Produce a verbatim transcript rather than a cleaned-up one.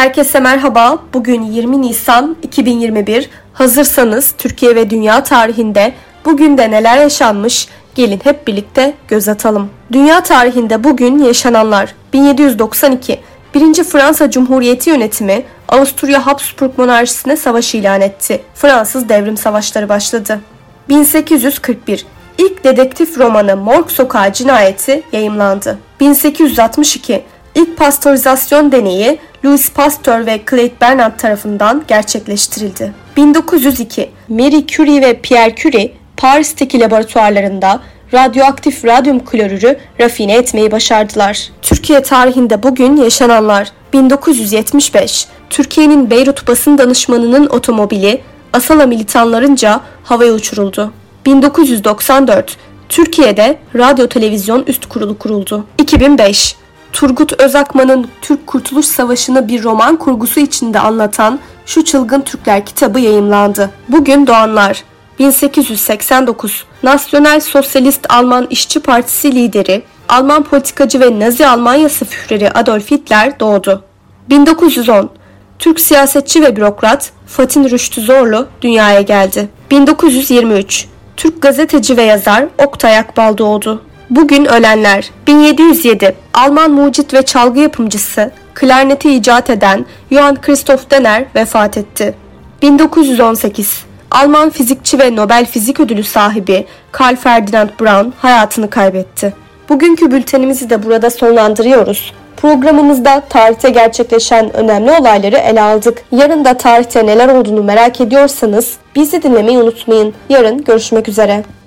Herkese merhaba. Bugün yirmi Nisan iki bin yirmi bir. Hazırsanız Türkiye ve dünya tarihinde bugün de neler yaşanmış? Gelin hep birlikte göz atalım. Dünya tarihinde bugün yaşananlar: bin yedi yüz doksan iki. birinci. Fransa Cumhuriyeti yönetimi Avusturya Habsburg monarşisine savaş ilan etti. Fransız Devrim Savaşları başladı. bin sekiz yüz kırk bir. İlk dedektif romanı Morg Sokağı Cinayeti yayımlandı. bin sekiz yüz altmış iki. İlk pastörizasyon deneyi Louis Pasteur ve Claude Bernard tarafından gerçekleştirildi. bin dokuz yüz iki. Marie Curie ve Pierre Curie Paris'teki laboratuvarlarında radyoaktif radyum klorürü rafine etmeyi başardılar. Türkiye tarihinde bugün yaşananlar: bin dokuz yüz yetmiş beş. Türkiye'nin Beyrut basın danışmanının otomobili Asala militanlarınca havaya uçuruldu. bin dokuz yüz doksan dört. Türkiye'de Radyo Televizyon Üst Kurulu kuruldu. iki bin beş. Turgut Özakman'ın Türk Kurtuluş Savaşı'nı bir roman kurgusu içinde anlatan Şu Çılgın Türkler kitabı yayımlandı. Bugün doğanlar: bin sekiz yüz seksen dokuz. Nasyonel Sosyalist Alman İşçi Partisi lideri, Alman politikacı ve Nazi Almanyası Führeri Adolf Hitler doğdu. bin dokuz yüz on. Türk siyasetçi ve bürokrat Fatin Rüştü Zorlu dünyaya geldi. bin dokuz yüz yirmi üç. Türk gazeteci ve yazar Oktay Akbal doğdu. Bugün ölenler: bin yedi yüz yedi. Alman mucit ve çalgı yapımcısı, klarneti icat eden Johann Christoph Denner vefat etti. bin dokuz yüz on sekiz. Alman fizikçi ve Nobel Fizik Ödülü sahibi Karl Ferdinand Braun hayatını kaybetti. Bugünkü bültenimizi de burada sonlandırıyoruz. Programımızda tarihte gerçekleşen önemli olayları ele aldık. Yarın da tarihte neler olduğunu merak ediyorsanız bizi dinlemeyi unutmayın. Yarın görüşmek üzere.